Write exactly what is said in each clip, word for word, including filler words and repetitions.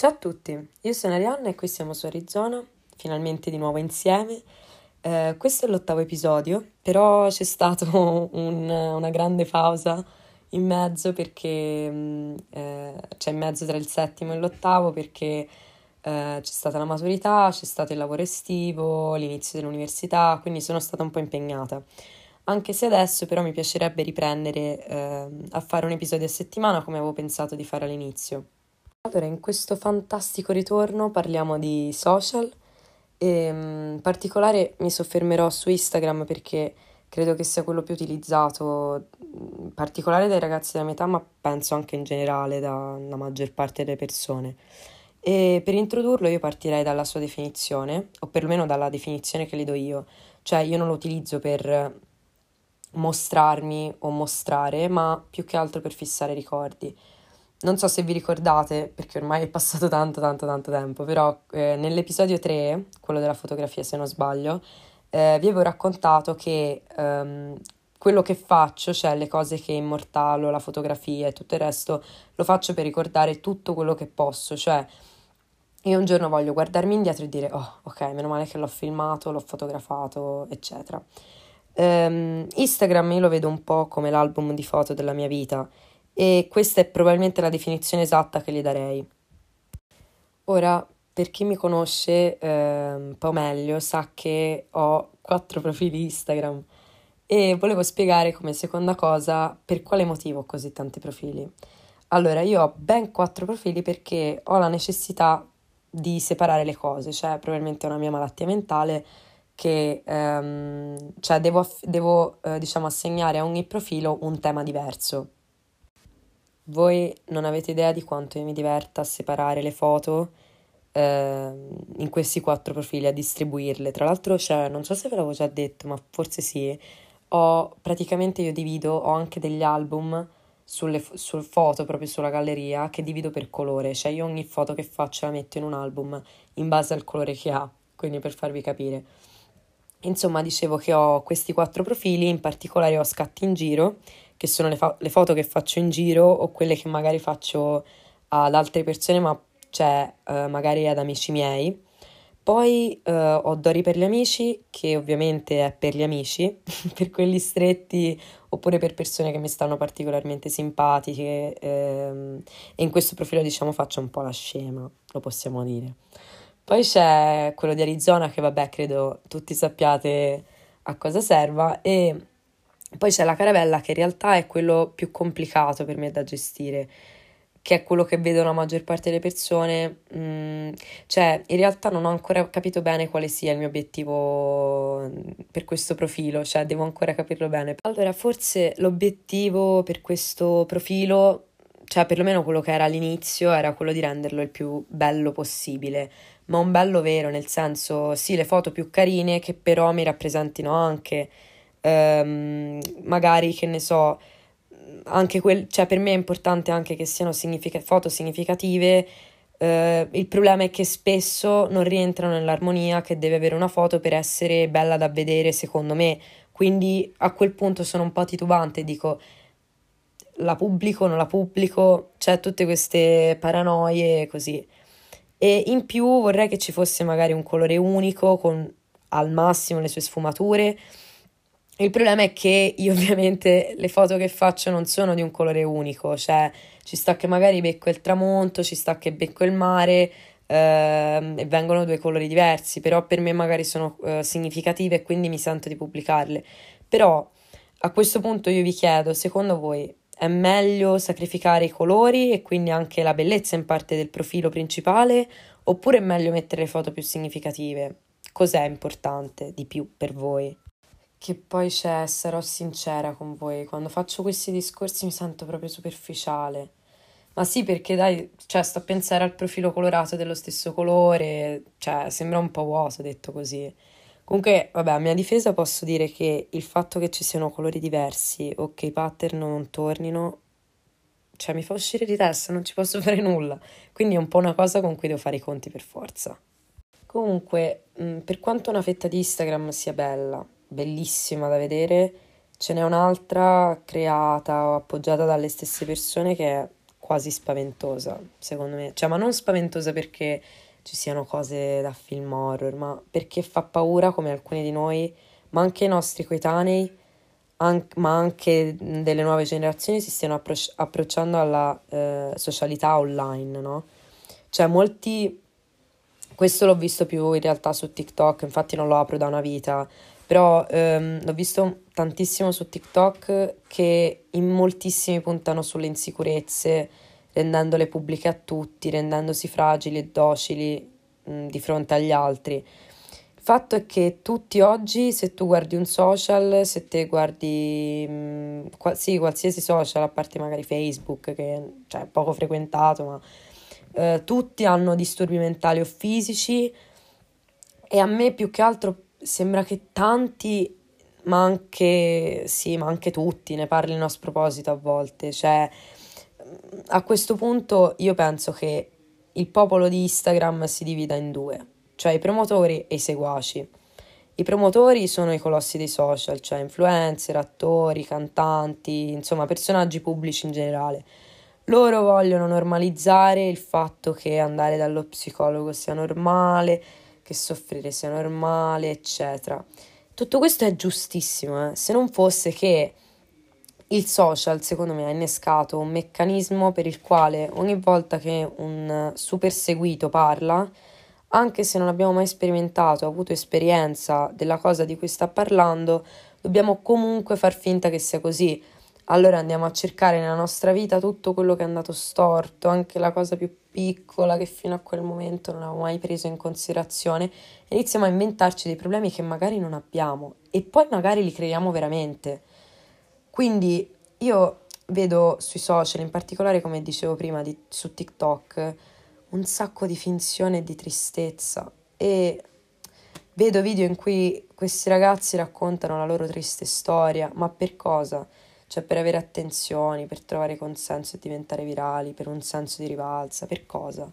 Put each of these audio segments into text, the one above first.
Ciao a tutti, io sono Arianna e qui siamo su Arizona, finalmente di nuovo insieme. Eh, questo è l'ottavo episodio, però c'è stata un- una grande pausa in mezzo perché mh, eh, c'è in mezzo tra il settimo e l'ottavo perché eh, c'è stata la maturità, c'è stato il lavoro estivo, l'inizio dell'università, quindi sono stata un po' impegnata. Anche se adesso però mi piacerebbe riprendere ehm, a fare un episodio a settimana come avevo pensato di fare all'inizio. Allora, in questo fantastico ritorno parliamo di social e mm, in particolare mi soffermerò su Instagram perché credo che sia quello più utilizzato, mm, in particolare dai ragazzi della mia età, ma penso anche in generale dalla maggior parte delle persone. E per introdurlo io partirei dalla sua definizione, o perlomeno dalla definizione che le do io, cioè io non lo utilizzo per mostrarmi o mostrare, ma più che altro per fissare ricordi. Non so se vi ricordate, perché ormai è passato tanto, tanto, tanto tempo, però eh, nell'episodio tre, quello della fotografia se non sbaglio, eh, vi avevo raccontato che ehm, quello che faccio, cioè le cose che immortalo, la fotografia e tutto il resto, lo faccio per ricordare tutto quello che posso, cioè io un giorno voglio guardarmi indietro e dire, oh, ok, meno male che l'ho filmato, l'ho fotografato, eccetera. Ehm, Instagram io lo vedo un po' come l'album di foto della mia vita e questa è probabilmente la definizione esatta che gli darei. Ora, per chi mi conosce ehm, un po' meglio, sa che ho quattro profili Instagram e volevo spiegare come seconda cosa per quale motivo ho così tanti profili. Allora, io ho ben quattro profili perché ho la necessità di separare le cose, cioè probabilmente è una mia malattia mentale che ehm, cioè devo, aff- devo eh, diciamo assegnare a ogni profilo un tema diverso. Voi non avete idea di quanto io mi diverta a separare le foto ehm, in questi quattro profili, a distribuirle. Tra l'altro, cioè, non so se ve l'avevo già detto, ma forse sì, ho praticamente io divido, ho anche degli album sulle fo- sul foto, proprio sulla galleria, che divido per colore, cioè io ogni foto che faccio la metto in un album in base al colore che ha, quindi per farvi capire. Insomma, dicevo che ho questi quattro profili, in particolare ho scatti in giro, che sono le, fa- le foto che faccio in giro o quelle che magari faccio ad altre persone, ma cioè eh, magari ad amici miei. Poi eh, ho Dori per gli amici, che ovviamente è per gli amici, per quelli stretti oppure per persone che mi stanno particolarmente simpatiche. ehm, e in questo profilo, diciamo, faccio un po' la scema, lo possiamo dire. Poi c'è quello di Arizona, che vabbè, credo tutti sappiate a cosa serva, e poi c'è la caravella, che in realtà è quello più complicato per me da gestire, che è quello che vedo la maggior parte delle persone. Mm, cioè, in realtà non ho ancora capito bene quale sia il mio obiettivo mm, per questo profilo, cioè devo ancora capirlo bene. Allora, forse l'obiettivo per questo profilo, cioè perlomeno quello che era all'inizio, era quello di renderlo il più bello possibile, ma un bello vero, nel senso, sì, le foto più carine che però mi rappresentino anche, ehm, magari, che ne so, anche quel, cioè per me è importante anche che siano significa- foto significative. Eh, il problema è che spesso non rientrano nell'armonia che deve avere una foto per essere bella da vedere, secondo me. Quindi a quel punto sono un po' titubante, dico la pubblico, non la pubblico, cioè tutte queste paranoie così. E in più vorrei che ci fosse magari un colore unico con al massimo le sue sfumature. Il problema è che io ovviamente le foto che faccio non sono di un colore unico, cioè ci sta che magari becco il tramonto, ci sta che becco il mare, ehm, e vengono due colori diversi, però per me magari sono eh, significative e quindi mi sento di pubblicarle. Però a questo punto io vi chiedo, secondo voi è meglio sacrificare i colori e quindi anche la bellezza in parte del profilo principale, oppure è meglio mettere le foto più significative? Cos'è importante di più per voi? Che poi c'è, sarò sincera con voi, quando faccio questi discorsi mi sento proprio superficiale. Ma sì, perché dai, cioè sto a pensare al profilo colorato dello stesso colore, cioè sembra un po' vuoto detto così. Comunque, vabbè, a mia difesa posso dire che il fatto che ci siano colori diversi o che i pattern non tornino, cioè mi fa uscire di testa, non ci posso fare nulla. Quindi è un po' una cosa con cui devo fare i conti per forza. Comunque, mh, per quanto una fetta di Instagram sia bella, bellissima da vedere, ce n'è un'altra creata o appoggiata dalle stesse persone che è quasi spaventosa, secondo me. Cioè, ma non spaventosa perché ci siano cose da film horror, ma perché fa paura come alcuni di noi, ma anche i nostri coetanei, an- ma anche delle nuove generazioni si stiano appro- approcciando alla eh, socialità online, no? Cioè, molti... Questo l'ho visto più in realtà su TikTok, infatti non lo apro da una vita, però ehm, l'ho visto tantissimo su TikTok che in moltissimi puntano sulle insicurezze, rendendole pubbliche a tutti, rendendosi fragili e docili mh, di fronte agli altri. Il fatto è che tutti oggi, se tu guardi un social, se te guardi mh, qua- sì, qualsiasi social, a parte magari Facebook, che cioè, è poco frequentato, ma eh, tutti hanno disturbi mentali o fisici, e a me più che altro sembra che tanti, ma anche, sì, ma anche tutti, ne parlino a sproposito a volte. Cioè, a questo punto io penso che il popolo di Instagram si divida in due, cioè i promotori e i seguaci. I promotori sono i colossi dei social, cioè influencer, attori, cantanti, insomma personaggi pubblici in generale. Loro vogliono normalizzare il fatto che andare dallo psicologo sia normale, che soffrire sia normale, eccetera. Tutto questo è giustissimo, eh. Se non fosse che il social, secondo me, ha innescato un meccanismo per il quale ogni volta che un super seguito parla, anche se non abbiamo mai sperimentato, avuto esperienza della cosa di cui sta parlando, dobbiamo comunque far finta che sia così. Allora andiamo a cercare nella nostra vita tutto quello che è andato storto, anche la cosa più piccola che fino a quel momento non avevo mai preso in considerazione, e iniziamo a inventarci dei problemi che magari non abbiamo e poi magari li creiamo veramente. Quindi io vedo sui social, in particolare come dicevo prima di, su TikTok, un sacco di finzione e di tristezza, e vedo video in cui questi ragazzi raccontano la loro triste storia, ma per cosa? Cioè per avere attenzioni, per trovare consenso e diventare virali, per un senso di rivalsa, per cosa?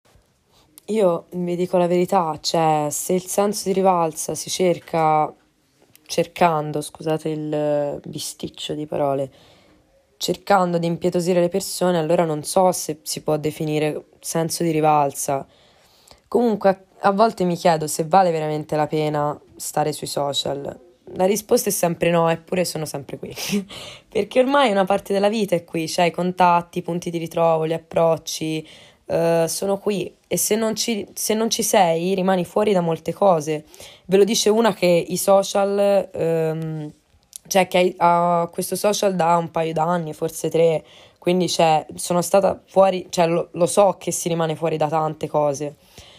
Io vi dico la verità, cioè se il senso di rivalsa si cerca cercando, scusate il bisticcio di parole, cercando di impietosire le persone, allora non so se si può definire senso di rivalsa. Comunque a, a volte mi chiedo se vale veramente la pena stare sui social. La risposta è sempre no, eppure sono sempre qui. Perché ormai una parte della vita è qui, cioè i contatti, i punti di ritrovo, gli approcci, eh, sono qui. E se non ci, se non ci sei, rimani fuori da molte cose. Ve lo dice una che i social, ehm, cioè che ha questo social da un paio d'anni, forse tre, quindi cioè, sono stata fuori, cioè lo, lo so che si rimane fuori da tante cose.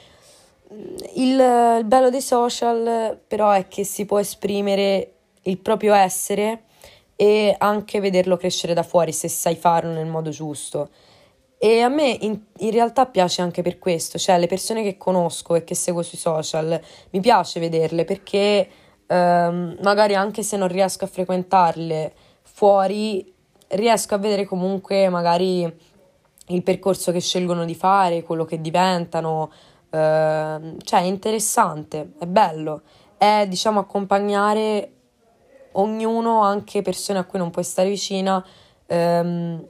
Il, il bello dei social però è che si può esprimere il proprio essere e anche vederlo crescere da fuori se sai farlo nel modo giusto. E a me in, in realtà piace anche per questo, cioè le persone che conosco e che seguo sui social, mi piace vederle perché ehm, magari anche se non riesco a frequentarle fuori, riesco a vedere comunque magari il percorso che scelgono di fare, quello che diventano, ehm, cioè è interessante, è bello, è diciamo accompagnare ognuno, anche persone a cui non puoi stare vicina, ehm,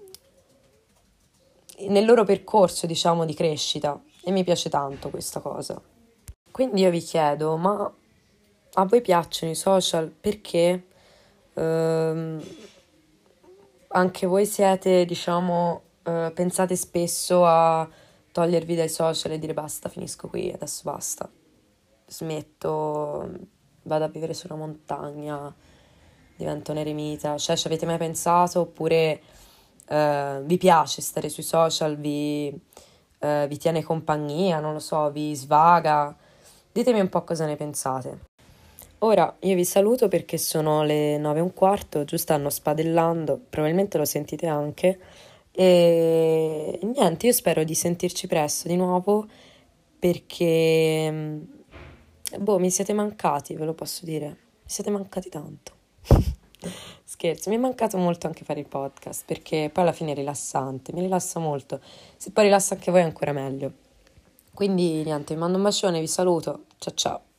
nel loro percorso, diciamo, di crescita, e mi piace tanto questa cosa. Quindi io vi chiedo, ma a voi piacciono i social? Perché ehm, anche voi siete, diciamo, eh, pensate spesso a togliervi dai social e dire basta, finisco qui, adesso basta, smetto, vado a vivere su una montagna, divento un eremita. Cioè, ci avete mai pensato? Oppure eh, vi piace stare sui social, vi, eh, vi tiene compagnia, non lo so, vi svaga? Ditemi un po' cosa ne pensate. Ora io vi saluto perché sono le nove e un quarto, giù stanno spadellando, probabilmente lo sentite anche. E niente, io spero di sentirci presto di nuovo perché, mm, boh, mi siete mancati, ve lo posso dire. Mi siete mancati tanto. Scherzo, mi è mancato molto anche fare il podcast perché poi alla fine è rilassante, mi rilassa molto. Se poi rilassa anche voi è ancora meglio. Quindi niente, vi mando un bacione, vi saluto. Ciao ciao.